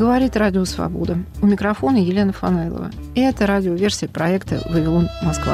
Говорит Радио Свобода. У микрофона Елена Фанайлова. И это радиоверсия проекта «Вавилон, Москва».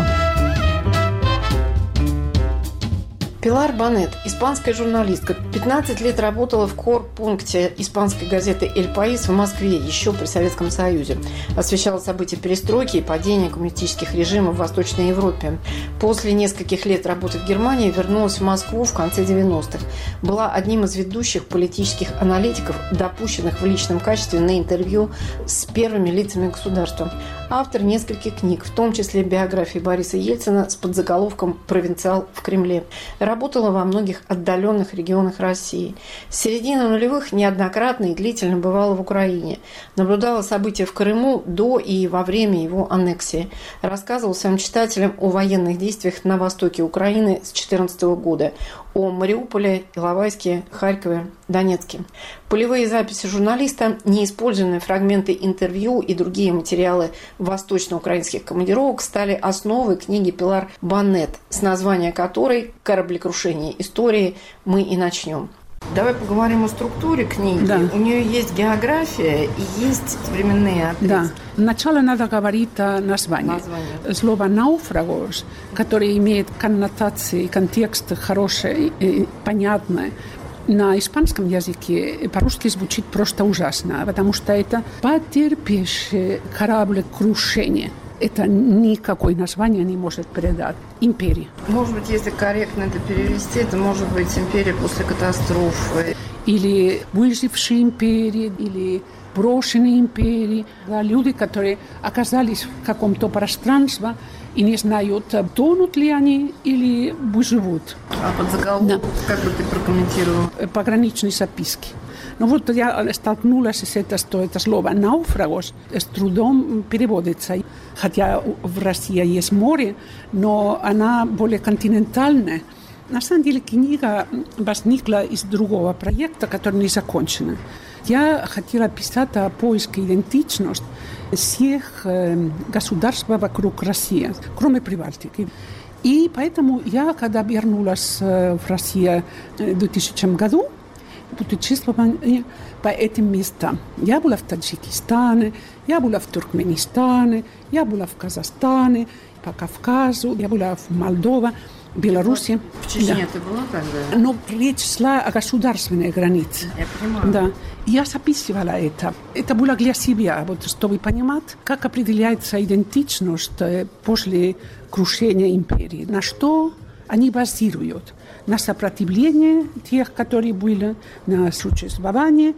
Пилар Бонет, испанская журналистка, 15 лет работала в корпункте испанской газеты «Эль Паис» в Москве, еще при Советском Союзе. Освещала события перестройки и падения коммунистических режимов в Восточной Европе. После нескольких лет работы в Германии вернулась в Москву в конце 90-х. Была одним из ведущих политических аналитиков, допущенных в личном качестве на интервью с первыми лицами государства. Автор нескольких книг, в том числе биографии Бориса Ельцина с подзаголовком «Провинциал в Кремле». Работала во многих отдаленных регионах России. С середины нулевых неоднократно и длительно бывала в Украине. Наблюдала события в Крыму до и во время его аннексии. Рассказывала своим читателям о военных действиях на востоке Украины с 2014 года, о Мариуполе, Иловайске, Харькове, Донецке. Полевые записи журналиста, неиспользованные фрагменты интервью и другие материалы восточно-украинских командировок стали основой книги Пилар Бонет, с названия которой «Кораблекрушение истории» мы и начнем. Давай поговорим о структуре книги. Да. У нее есть география и есть временные отрезки. Да. Сначала надо говорить о названии. Слово «наufragos», которое имеет коннотации и контекст хороший и понятный, на испанском языке по-русски звучит просто ужасно, потому что это «потерпевшее кораблекрушение». Это никакое название не может передать. Империя. Может быть, если корректно это перевести, это может быть империя после катастрофы. Или выжившие империи, или брошенные империи. Да, люди, которые оказались в каком-то пространстве и не знают, тонут ли они или выживут. А под заголовок, да. Как бы ты прокомментировал? Пограничные записки. Ну вот я столкнулась с этим, что это слово «наufragos» с трудом переводится. Хотя в России есть море, но она более континентальная. На самом деле книга возникла из другого проекта, который не закончен. Я хотела писать о поиске идентичности всех государств вокруг России, кроме Прибалтики. И поэтому я, когда вернулась в Россию в 2000 году, путешествовала по этим местам. Я была в Таджикистане, я была в Туркменистане, я была в Казахстане, по Кавказу, я была в Молдове, Беларуси. В Чечне ты была тогда? Но речь шла о государственной границе. Я понимаю. Да. Я записывала это. Это было для себя, вот, чтобы понимать, как определяется идентичность после крушения империи, на что они базируют. На сопротивление тех, которые были, на существование,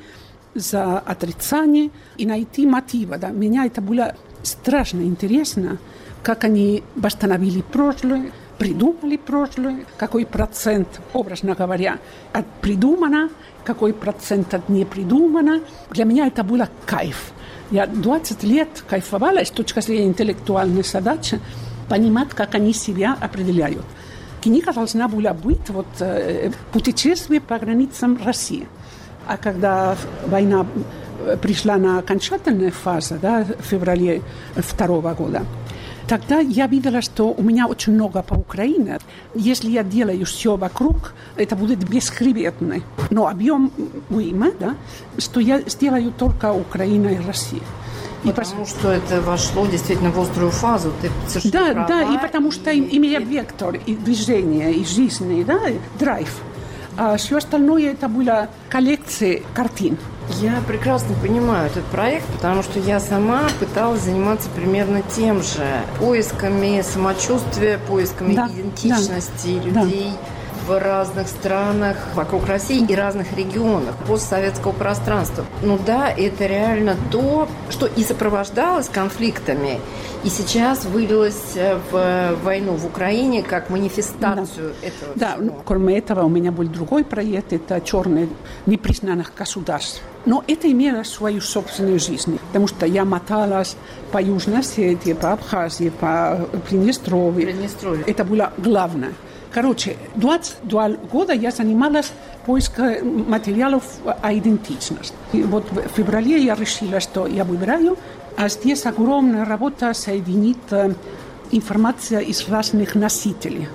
за отрицание и найти мотивы. Да. Меня это было страшно интересно, как они восстановили прошлое, придумали прошлое, какой процент, образно говоря, от придумано, какой процент от не придумано. Для меня это было кайф. Я 20 лет кайфовала с точки зрения интеллектуальной задачи понимать, как они себя определяют. Книга должна была быть путешествие по границам России. А когда война пришла на окончательную фазу, да, в феврале 2002 года, тогда я видела, что у меня очень много по Украине. Если я делаю все вокруг, это будет бесхребетно. Но объем уйма, да, что я сделаю только Украина и Россия. Потому что это вошло действительно в острую фазу. Ты совершенно права. Да, и потому что имея вектор и движение, и жизнь, да, и драйв. А все остальное это была коллекция картин. Я прекрасно понимаю этот проект, потому что я сама пыталась заниматься примерно тем же. Поисками самочувствия, поисками идентичности людей в разных странах вокруг России и разных регионах постсоветского пространства. Ну да, это реально то, что и сопровождалось конфликтами, и сейчас вылилось в войну в Украине как манифестацию этого. Да, кроме этого у меня был другой проект, это «Черные непризнанных государств». Но это имело свою собственную жизнь, потому что я моталась по Южной Осетии, по Абхазии, по Приднестровью. Это было главное. Короче, 22 года я занималась поиском материалов о идентичности. И вот в феврале я решила, что я выбираю, а здесь огромная работа соединить информацию из разных носителей.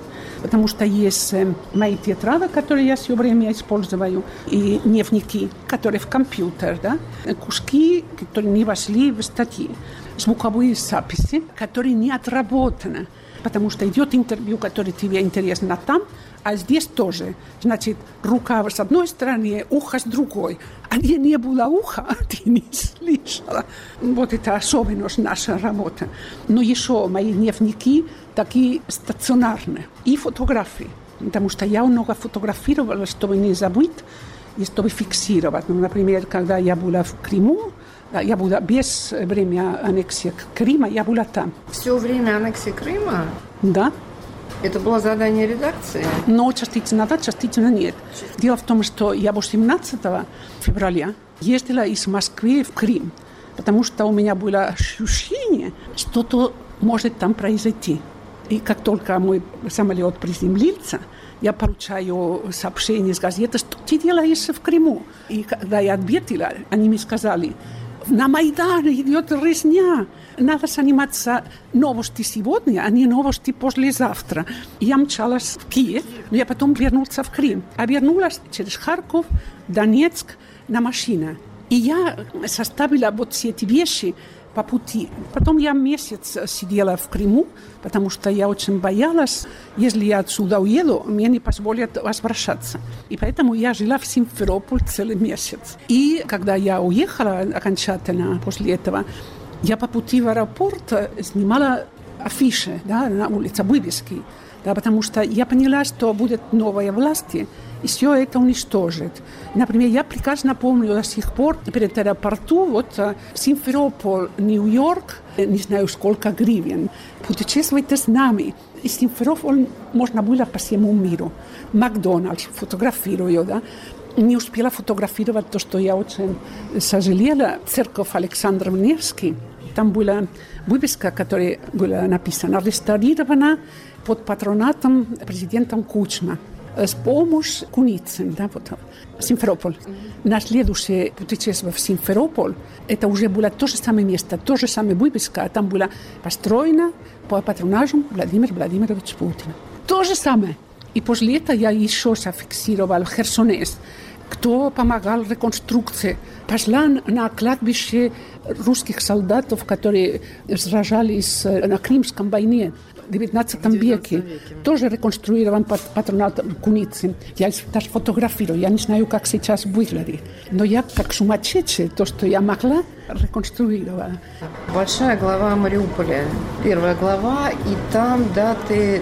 потому что есть мои тетради, которые я все время использую, и дневники, которые в компьютер, да? Куски, которые не вошли в статьи, звуковые записи, которые не отработаны, потому что идет интервью, которое тебе интересно там, а здесь тоже. Значит, рука с одной стороны, ухо с другой. А где не было уха, ты не слышала. Вот это особенность нашей работы. Но еще мои дневники такие стационарные. И фотографии. Потому что я много фотографировала, чтобы не забыть и чтобы фиксировать. Ну, например, когда я была в Крыму, я была без времени аннексии Крыма, я была там. Все время аннексии Крыма? Да. Это было задание редакции? Но частично да, частично нет. Дело в том, что я 18 февраля ездила из Москвы в Крым, потому что у меня было ощущение, что что-то может там произойти. И как только мой самолет приземлился, я получаю сообщение из газеты, что ты делаешь в Крыму. И когда я ответила, они мне сказали: на Майдане идет резня. Надо заниматься новости сегодня, а не новости послезавтра. Я мчалась в Киев, но я потом вернулась в Крым. А вернулась через Харьков, Донецк на машине. И я составила вот все эти вещи по пути. Потом я месяц сидела в Крыму, потому что я очень боялась, если я отсюда уеду, мне не позволят возвращаться. И поэтому я жила в Симферополе целый месяц. И когда я уехала окончательно после этого, я по пути в аэропорт снимала афиши, да, на улице, вывески, да, потому что я поняла, что будет новая власть, и все это уничтожит. Например, я прекрасно помню до сих пор перед аэропортом, вот Симферополь, Нью-Йорк, не знаю сколько гривен. Путешествуйте с нами. И Симферополь можно было по всему миру. Макдональдс фотографирую, да. Не успела фотографировать то, что я очень сожалела. Церковь Александра Невский. Там была вывеска, которая была написана: реставрирована под патронатом президента Кучма. С помощью Куницын, да, вот, Симферополь. На следующее путешествие в Симферополь, это уже было то же самое место, то же самое вывеска, а там была построена по патронажу Владимира Владимировича Путина. То же самое. И после этого я еще зафиксировал Херсонес, кто помогал реконструкции. Пошла на кладбище русских солдатов, которые сражались на Крымском войне в 19 веке. Тоже реконструирован патронат Куницын. Я даже фотографирую, я не знаю, как сейчас выглядит. Но я как сумасшедшая, то, что я могла, реконструировала. Большая глава Мариуполя. Первая глава, и там даты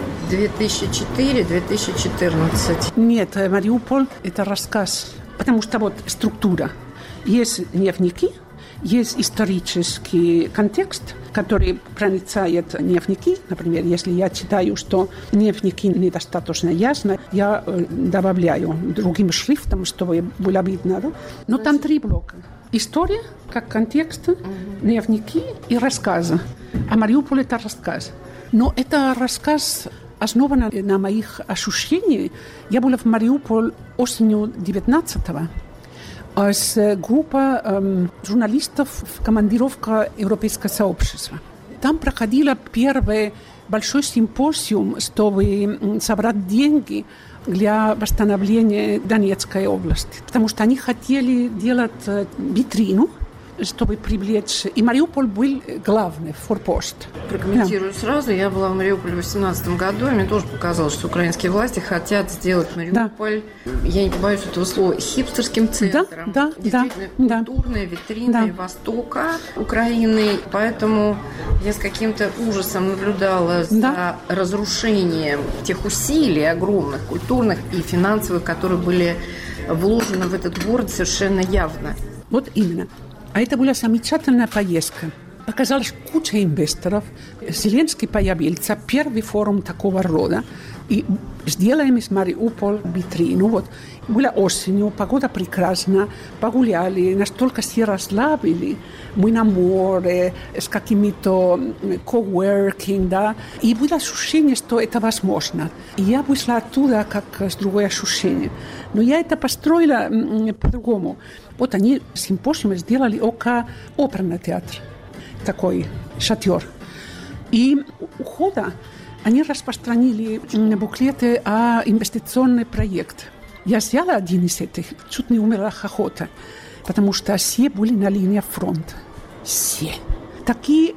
2004-2014. Нет, Мариуполь – это рассказ. Потому что вот структура. Есть дневники, есть исторический контекст, который проницает дневники. Например, если я читаю, что дневники недостаточно ясно, я добавляю другим шрифтом, чтобы было видно. Да? Но там 3 блока. История, как контекст, дневники и рассказы. А Мариуполь – это рассказ. Но это рассказ основан на моих ощущениях. Я была в Мариуполе осенью 19-го. С группой журналистов в командировке Европейского сообщества. Там проходила первый большой симпозиум, чтобы собрать деньги для восстановления Донецкой области. Потому что они хотели делать витрину, чтобы привлечь... И Мариуполь был главный форпост. Прокомментирую сразу. Я была в Мариуполе в 2018 году, и мне тоже показалось, что украинские власти хотят сделать Мариуполь, я не побоюсь этого слова, хипстерским центром. Действительно, культурной витриной Востока Украины. Поэтому я с каким-то ужасом наблюдала за разрушением тех усилий огромных, культурных и финансовых, которые были вложены в этот город совершенно явно. Вот именно. А это была замечательная поездка. Оказалось, куча инвесторов. Зеленский появился, первый форум такого рода. И сделаем из Мариуполя витрину. Вот. Была осенью, погода прекрасна. Погуляли, настолько все расслабили. Мы на море, с какими-то coworking, да. И было ощущение, что это возможно. И я вышла оттуда как с другое ощущение. Но я это построила по-другому. Вот они симпозиум сделали около оперного театра. Такой шатер. И у входа Они распространили буклеты о инвестиционный проект. Я взяла один из этих, чуть не умерла от хохота, потому что все были на линии фронта. Все. Такие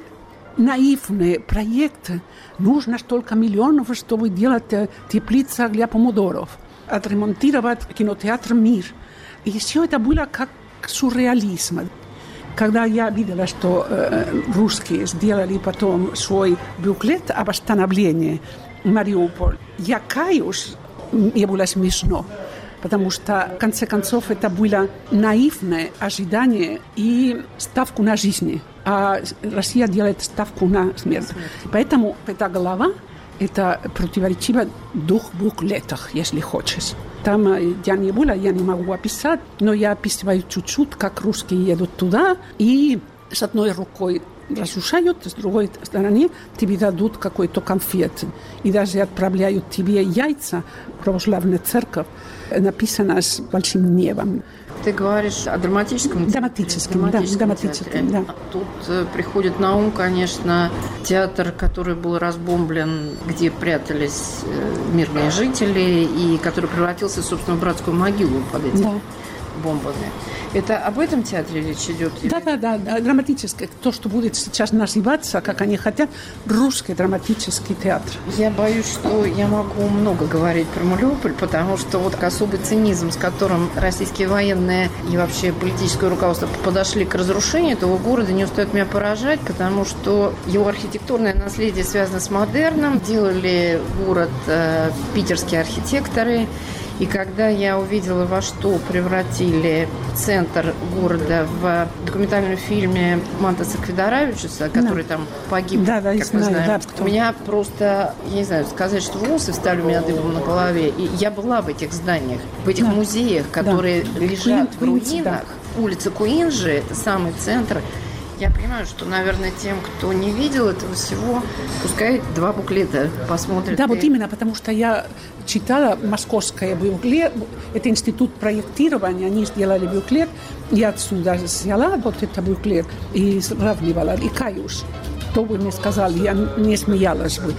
наивные проекты. Нужно столько миллионов, чтобы делать теплица для помидоров, отремонтировать кинотеатр «Мир». И все это было как сюрреализм. Когда я видела, что русские сделали потом свой буклет об остановлении Мариуполя, я каюсь, мне было смешно, потому что, в конце концов, это было наивное ожидание и ставку на жизнь, а Россия делает ставку на смерть. Поэтому эта глава – это противоречиво двух буклетах, если хочешь. Там я не была, я не могу описать, но я описываю чуть-чуть, как русские едут туда, и с одной рукой разрушают, с другой стороны тебе дадут какой-то конфет. И даже отправляют тебе яйца, православная церковь, написано с большим гневом. Ты говоришь о драматическом театре? Драматическом, да. Тут приходит на ум, конечно, театр, который был разбомблен, где прятались мирные жители, и который превратился, собственно, в братскую могилу под этими бомбами. Это об этом театре речь идет? Да, драматический. То, что будет сейчас называться, как они хотят, русский драматический театр. Я боюсь, что я могу много говорить про Мариуполь, потому что вот особый цинизм, с которым российские военные и вообще политическое руководство подошли к разрушению этого города, не устает меня поражать, потому что его архитектурное наследие связано с модерном. Делали город питерские архитекторы. И когда я увидела, во что превратили центр города в документальном фильме Мантаса Квидоравичуса, который там погиб, как мы знаем, у меня просто, я не знаю, сказать, что волосы встали у меня дыбом на голове. И я была в этих зданиях, в этих музеях, которые лежат в руинах. Улица Куинджи, это самый центр. Я понимаю, что, наверное, тем, кто не видел этого всего, пускай 2 буклета посмотрят. Да, вот именно, потому что я читала московское буклет, это институт проектирования, они сделали буклет, я отсюда взяла вот этот буклет и сравнивала, и каюсь. Что бы мне сказали, я не смеялась бы.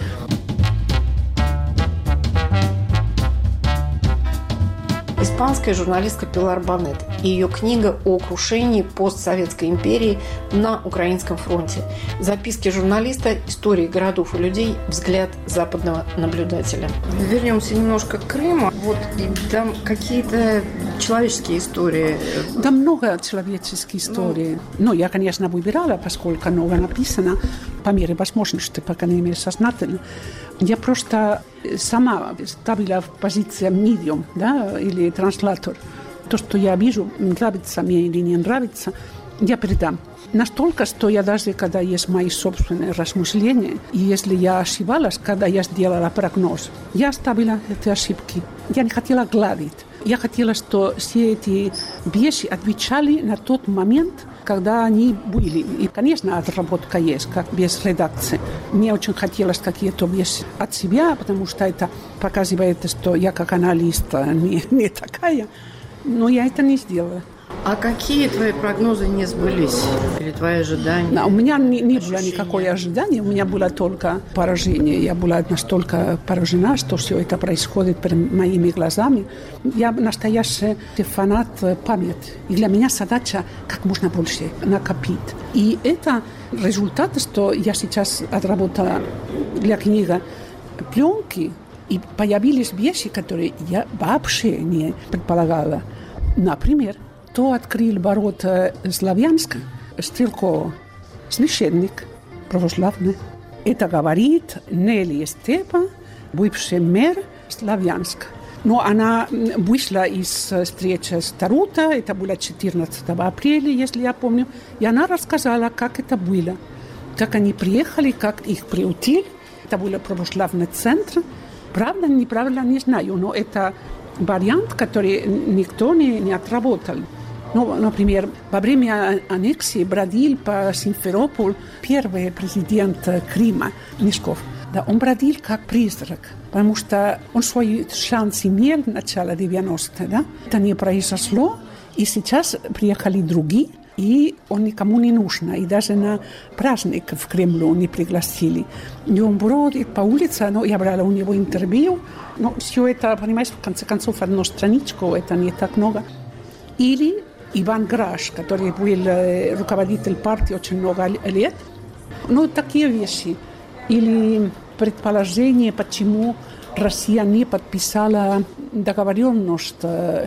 Испанская журналистка Пилар Бонет и ее книга о крушении постсоветской империи на Украинском фронте. Записки журналиста, истории городов и людей, взгляд западного наблюдателя. Вернемся немножко к Крыму. Вот и там какие-то человеческие истории. Да, много человеческих историй. Но я, конечно, выбирала, поскольку много написано, по мере возможности, по крайней мере, сознательно. Я просто сама ставила в позицию medium, да, или транслатор. То, что я вижу, нравится мне или не нравится, я передам. Настолько, что я даже, когда есть мои собственные размышления, и если я ошибалась, когда я сделала прогноз, я оставила эти ошибки. Я не хотела гладить. Я хотела, что все эти вещи отвечали на тот момент, когда они были. И, конечно, отработка есть, как без редакции. Мне очень хотелось какие-то вещи от себя, потому что это показывает, что я как аналист не такая. Но я это не сделала. А какие твои прогнозы не сбылись? Или твои ожидания? У меня не было никакого ожидания, у меня было только поражение. Я была настолько поражена, что все это происходит перед моими глазами. Я настоящий фанат памяти. И для меня задача как можно больше накопить. И это результат, что я сейчас отработала для книги пленки, и появились вещи, которые я вообще не предполагала. Например, кто открыл ворота Славянска? Стрелкова, священник православный. Это говорит Нелли Степа, бывший мэр Славянска. Но она вышла из встречи с Тарута, это было 14 апреля, если я помню, и она рассказала, как это было, как они приехали, как их приютили. Это был православный центр. Правда, неправильно, не знаю, но это вариант, который никто не отработал. Ну, например, во время аннексии бродил по Симферополю первый президент Крыма, Мешков. Да, он бродил как призрак, потому что он свой шанс имел в начале 90-х. Да? Это не произошло, и сейчас приехали другие. И он никому не нужен. И даже на праздник в Кремлю не пригласили. И он бродит по улице, но я брала у него интервью. Но все это, понимаешь, в конце концов, одну страничку, это не так много. Или Иван Граш, который был руководитель партии очень много лет. Ну, такие вещи. Или предположение, почему Россия не подписала договоренность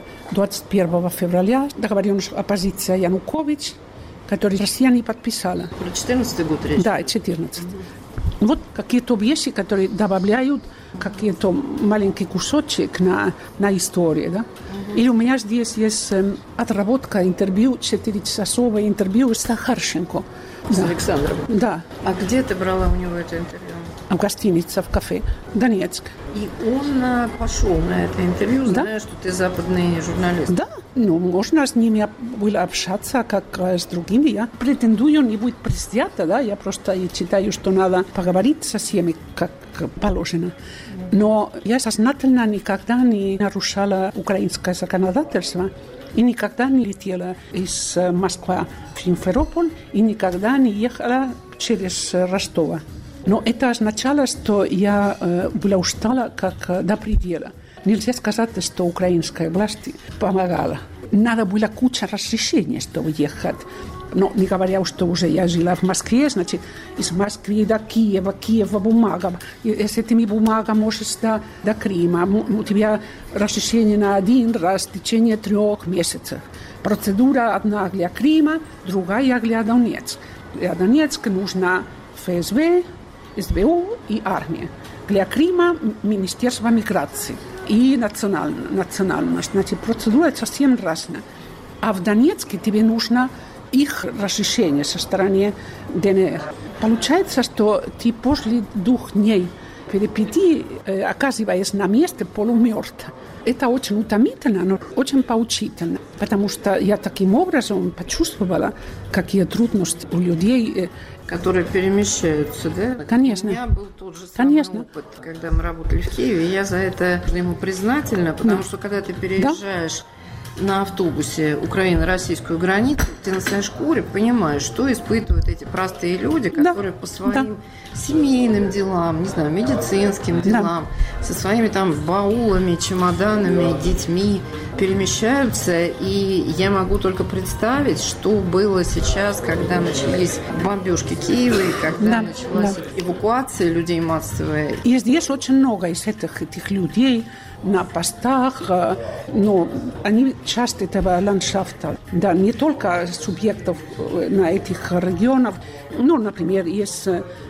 21 февраля, договоренность оппозиция Янукович, которую Россия не подписала. Про 14-й год речь? Да, 14. Вот какие-то вещи, которые добавляют какие-то маленький кусочек на историю. Да? Или у меня здесь есть отработка интервью, 4-часовое интервью с Сахарченко. С Александром? Да. А где ты брала у него это интервью? В гостинице, в кафе Донецк. И он пошел на это интервью, зная, что ты западный журналист. Да, ну, можно с ними было общаться, как с другими. Я претендую не быть предвзята, да, я просто считаю, что надо поговорить со всеми, как положено. Но я сознательно никогда не нарушала украинское законодательство и никогда не летела из Москвы в Симферополь и никогда не ехала через Ростова. Но это означало, что я была устала как до предела. Нельзя сказать, что украинская власть помогала. Надо было куча разрешений, чтобы ехать. Но не говоря, что уже я жила в Москве, значит, из Москвы до Киева бумага. И с этими бумагами можешь до Крыма. У тебя разрешение на один раз в течение 3 месяцев. Процедура одна для Крыма, другая для Донецка. Для Донецка нужно ФСБ, СБУ и армия. Для Крыма Министерство миграции и национальность. Значит, процедура совсем разная. А в Донецке тебе нужно их разрешение со стороны ДНР. Получается, что ты после 2 дней перипетий оказываешься на месте полумертв. Это очень утомительно, но очень поучительно, потому что я таким образом почувствовала, какие трудности у людей, которые перемещаются, да? Конечно. У меня был тот же самый опыт, когда мы работали в Киеве, и я за это ему признательна, потому что когда ты переезжаешь на автобусе украино-российскую границу, ты на своей шкуре понимаешь, что испытывают эти простые люди, которые по своим семейным делам, не знаю, медицинским делам, со своими там баулами, чемоданами, детьми перемещаются. И я могу только представить, что было сейчас, когда начались бомбежки Киева, и когда началась эвакуация людей массовая. И здесь очень много из этих людей на постах, но они часть этого ландшафта. Да, не только субъектов на этих регионах. Ну, например, есть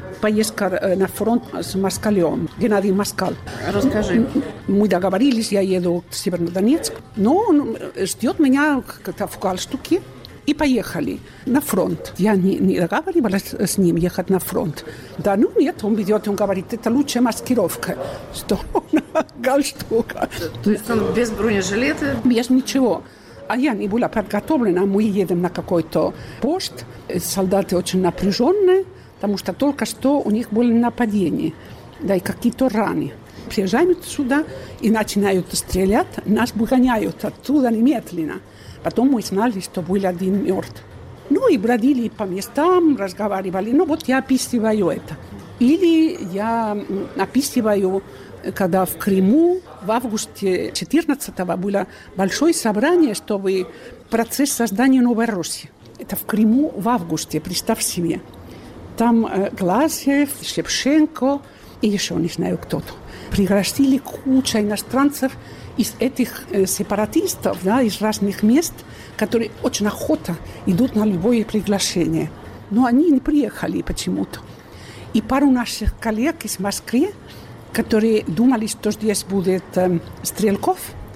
поездка на фронт с Москалем, Геннадий Москаль. Расскажи. Мы договорились, я еду в Северодонецк, но он ждет меня в галстуке. И поехали на фронт. Я не договаривалась с ним ехать на фронт. Да, ну нет, он ведет, он говорит, это лучшая маскировка, что на галстука. То есть он без бронежилета? Без ничего. А я не была подготовлена. Мы едем на какой-то пост. Солдаты очень напряженные, потому что только что у них были нападения. Да, и какие-то раны. Приезжаем сюда и начинают стрелять. Нас выгоняют оттуда немедленно. Потом мы знали, что был один мертв. Ну и бродили по местам, разговаривали. Ну вот я описываю это. Или я описываю, когда в Крыму в августе 14-го было большое собрание, чтобы процесс создания Новой Руси. Это в Крыму в августе, представь себе. Там Глазьев, Шевченко и еще не знаю кто-то. Пригласили кучу иностранцев из этих сепаратистов, да, из разных мест, которые очень охотно идут на любое приглашение. Но они не приехали почему-то. И пару наших коллег из Москвы, которые думали, что здесь будет Стрелков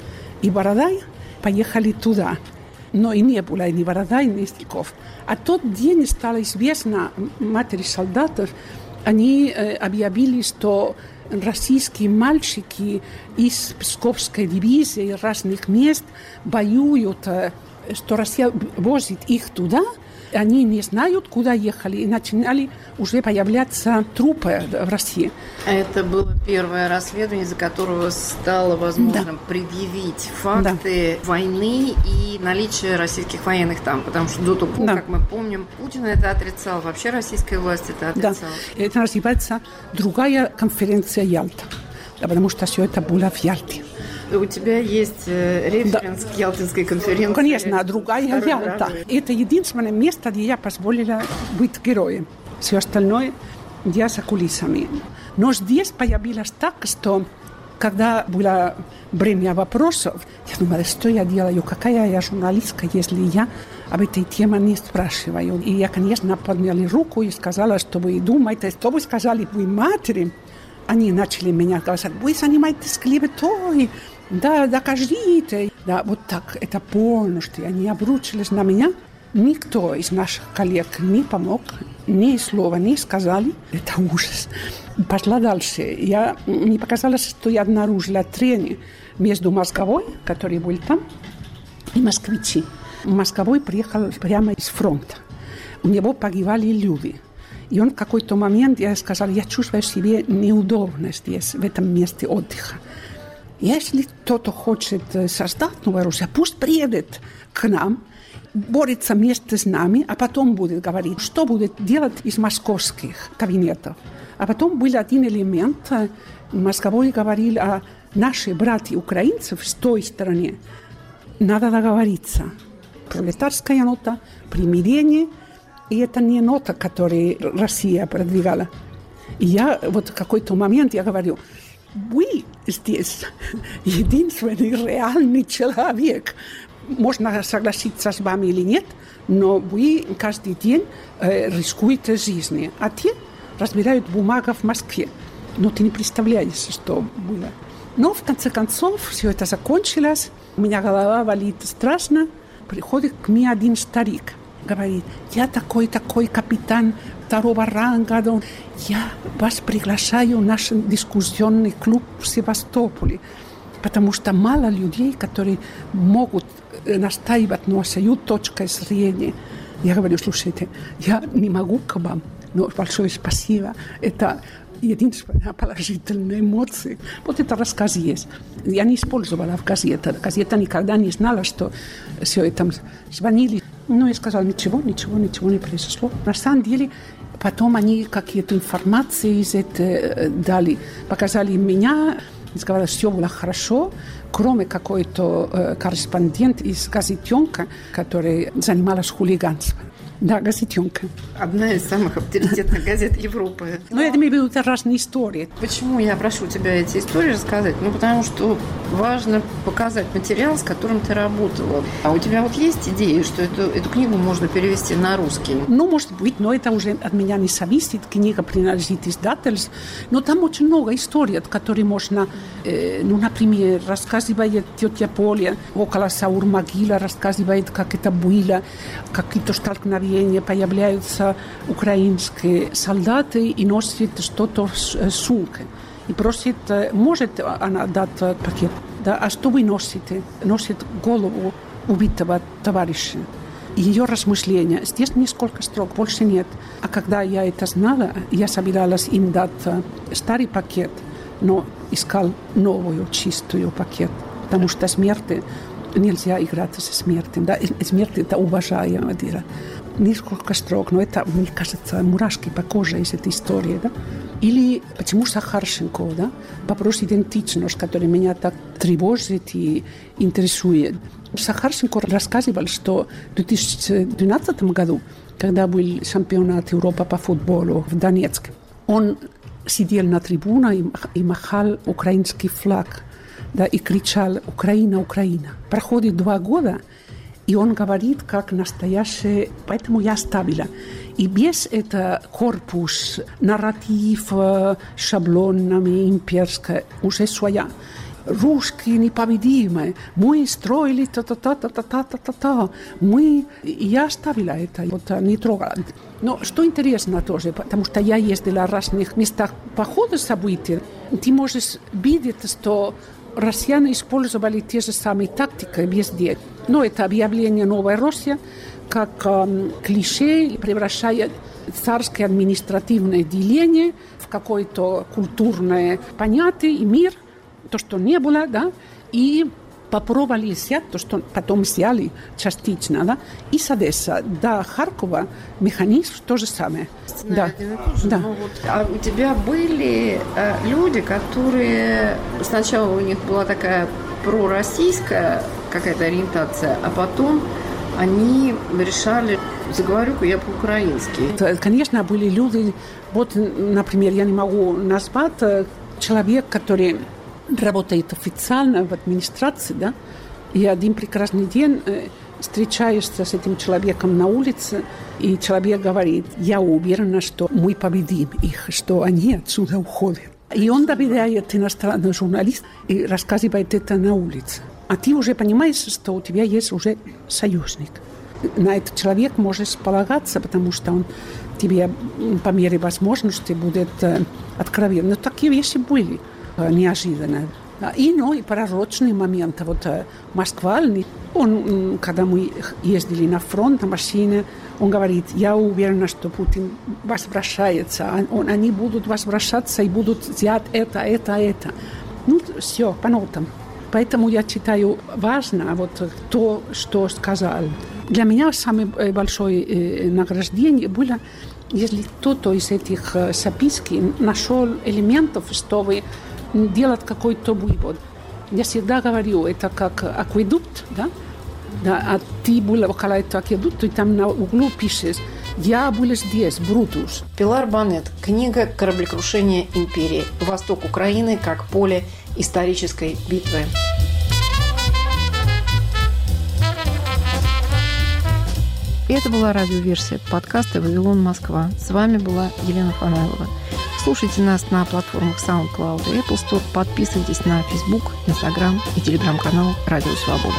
и Бородай, поехали туда. Но и не было ни Бородай, ни Стрелков. А тот день стало известно матери солдатов, они объявили, что российские мальчики из Псковской дивизии, разных мест воюют, что Россия возит их туда, Они не знают, куда ехали, и начинали уже появляться трупы в России. Это было первое расследование, из-за которого стало возможным предъявить факты войны и наличие российских военных там. Потому что до того, как мы помним, Путин это отрицал, вообще российская власть это отрицала. Да. Это называется другая конференция Ялта, потому что все это было в Ялте. У тебя есть референс к Ялтинской конференции? Конечно, другая Ялта. Это единственное место, где я позволила быть героем. Все остальное я за кулисами. Но здесь появилось так, что когда было время вопросов, я думала, что я делаю, какая я журналистка, если я об этой теме не спрашиваю. И я, конечно, подняла руку и сказала, что вы думаете, что вы сказали, вы матери. Они начали меня говорить, вы занимаетесь клеветой, да, докажите. Да, вот так, это полностью. Они обручились на меня. Никто из наших коллег не помог, ни слова не сказали. Это ужас. Пошла дальше. Мне показалось, что я обнаружила трение между Мозговой, который был там, и москвичи. Мозговой приехал прямо из фронта. У него погибали люди. И он в какой-то момент, я сказала, я чувствую себе неудобно здесь, в этом месте отдыха. Если кто-то хочет создать новое Руссию, пусть приедет к нам, борется вместе с нами, а потом будет говорить, что будет делать из московских кабинетов. А потом был один элемент, Мозговой говорил о наших братьях-украинцев с той стороны. Надо договориться. Пролетарская нота, примирение. И это не нота, которую Россия продвигала. И я вот в какой-то момент я говорю, вы здесь единственный реальный человек. Можно согласиться с вами или нет, но вы каждый день рискуете жизнью. А те разбирают бумагу в Москве. Но ты не представляешь, что было. Но в конце концов все это закончилось. У меня голова болит страшно. Приходит к мне один старик. Говорит, я такой капитан второго ранга. Я вас приглашаю в наш дискуссионный клуб в Севастополе. Потому что мало людей, которые могут настаивать на свою точку зрения. Я говорю, слушайте, я не могу к вам, но большое спасибо. Это единственная положительная эмоция. Вот это рассказ есть. Я не использовала в газете. Газета никогда не знала, что все это звонили. Но я сказала, ничего не произошло. На самом деле, потом они какие-то информации из этого дали, показали меня, сказали, все было хорошо, кроме какой-то корреспондент из газетенка, который занималась хулиганством. Да, газетенка. Одна из самых авторитетных газет Европы. Но я имею в виду, это разные истории. Почему я прошу тебя эти истории рассказать? Ну, потому что важно показать материал, с которым ты работала. А у тебя вот есть идеи, что эту книгу можно перевести на русский? Ну, может быть, но это уже от меня не зависит. Книга принадлежит издательству. Но там очень много историй, которые можно... например, рассказывает тетя Поля около Саур-могила, рассказывает, как это было, какие-то столкновения, появляются украинские солдаты и носят что-то в сумке. И просит, может она дать пакет? Да, а что вы носите? Носит голову убитого товарища. Ее размышления. Здесь несколько строк, больше нет. А когда я это знала, я собиралась им дать старый пакет, но искал новую, чистую пакет. Потому что смерти нельзя играть со смертью. Да? Смерть – это уважаемое дело. Несколько строк, но это, мне кажется, мурашки по коже из этой истории. Да? Или почему Сахарченко? Да? Вопрос идентичности, который меня так тревожит и интересует. Сахарченко рассказывал, что в 2012 году, когда был чемпионат Европы по футболу в Донецке, он сидел на трибуне и махал украинский флаг, да, и кричал «Украина, Украина». Проходит 2 года, и он говорит, как настоящий, поэтому я оставила. И без этого корпус, нарратив шаблонами имперская, уже своя. Русские непобедимые, мы строили та-та-та-та-та-та-та-та. Я оставила это, вот не трогала. Но что интересно тоже, потому что я ездила в разных местах по ходу событий, ты можешь видеть, что россияне использовали те же самые тактики везде. Но это объявление «Новая Россия», как клише превращает царское административное деление в какое-то культурное понятие и мир, то, что не было, да, и попробовали взять то, что потом взяли частично, да, и с Одессы до Харькова механизм то же самое. Да. Да. Ну, вот, а у тебя были люди, которые сначала у них была такая пророссийская какая-то ориентация, а потом они решали, заговорю-ка я по-украински. Конечно, были люди, вот, например, я не могу назвать человек, который работает официально в администрации, да, и один прекрасный день встречаешься с этим человеком на улице, и человек говорит: я уверена, что мы победим их, что они отсюда уходят. И он доверяет иностранный журналист и рассказывает это на улице. А ты уже понимаешь, что у тебя есть уже союзник. На этот человек можешь полагаться, потому что он тебе по мере возможности будет откровенен. Но такие вещи были неожиданно. И пророчные моменты. Вот Москва, он, когда мы ездили на фронт на машине, он говорит: я уверена, что Путин возвращается. Они будут возвращаться и будут взять это. Ну, все, по нотам. Поэтому я считаю важно вот то, что сказал. Для меня самое большое награждение было, если кто-то из этих записок нашел элементов, чтобы делать какой-то вывод. Я всегда говорю, это как акведукт, да? Да, а ты была около этого акведукта, и там на углу пишешь: я была здесь, Брутус. Пилар Банет. Книга «Кораблекрушение империи. Восток Украины как поле исторической битвы». И это была радиоверсия подкаста «Вавилон, Москва». С вами была Елена Фанайлова. Слушайте нас на платформах SoundCloud и Apple Store. Подписывайтесь на Facebook, Instagram и телеграм-канал «Радио Свобода».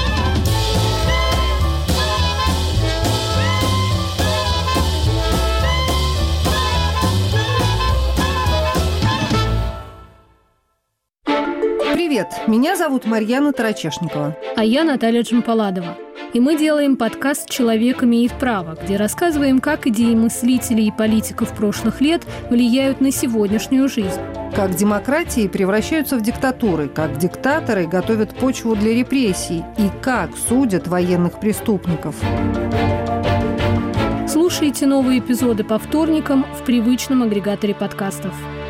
Привет, меня зовут Марьяна Тарачешникова. А я Наталья Джампаладова. И мы делаем подкаст «Человек имеет право», где рассказываем, как идеи мыслителей и политиков прошлых лет влияют на сегодняшнюю жизнь. Как демократии превращаются в диктатуры, как диктаторы готовят почву для репрессий и как судят военных преступников. Слушайте новые эпизоды по вторникам в привычном агрегаторе подкастов.